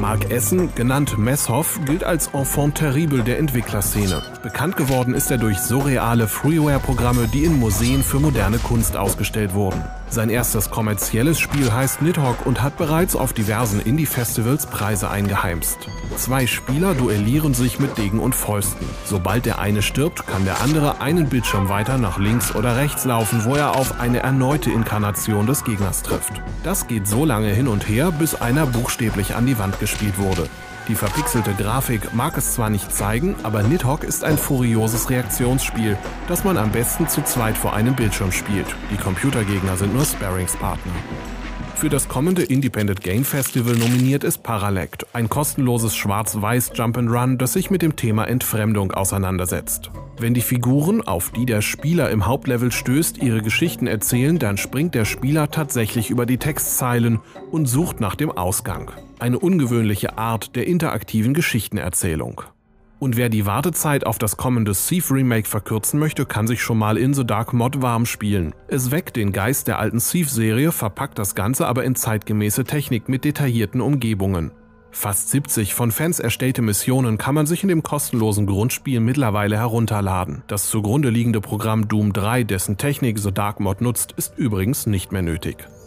Mark Essen, genannt Messhoff, gilt als Enfant terrible der Entwicklerszene. Bekannt geworden ist er durch surreale Freeware-Programme, die in Museen für moderne Kunst ausgestellt wurden. Sein erstes kommerzielles Spiel heißt Nidhogg und hat bereits auf diversen Indie-Festivals Preise eingeheimst. Zwei Spieler duellieren sich mit Degen und Fäusten. Sobald der eine stirbt, kann der andere einen Bildschirm weiter nach links oder rechts laufen, wo er auf eine erneute Inkarnation des Gegners trifft. Das geht so lange hin und her, bis einer buchstäblich an die Wand gespielt wurde. Die verpixelte Grafik mag es zwar nicht zeigen, aber Nidhogg ist ein furioses Reaktionsspiel, das man am besten zu zweit vor einem Bildschirm spielt. Die Computergegner sind nur Sparringspartner. Für das kommende Independent Game Festival nominiert ist Paralect, ein kostenloses Schwarz-Weiß Jump'n'Run, das sich mit dem Thema Entfremdung auseinandersetzt. Wenn die Figuren, auf die der Spieler im Hauptlevel stößt, ihre Geschichten erzählen, dann springt der Spieler tatsächlich über die Textzeilen und sucht nach dem Ausgang. Eine ungewöhnliche Art der interaktiven Geschichtenerzählung. Und wer die Wartezeit auf das kommende Thief Remake verkürzen möchte, kann sich schon mal in The Dark Mod warm spielen. Es weckt den Geist der alten Thief-Serie, verpackt das Ganze aber in zeitgemäße Technik mit detaillierten Umgebungen. Fast 70 von Fans erstellte Missionen kann man sich in dem kostenlosen Grundspiel mittlerweile herunterladen. Das zugrunde liegende Programm Doom 3, dessen Technik The Dark Mod nutzt, ist übrigens nicht mehr nötig.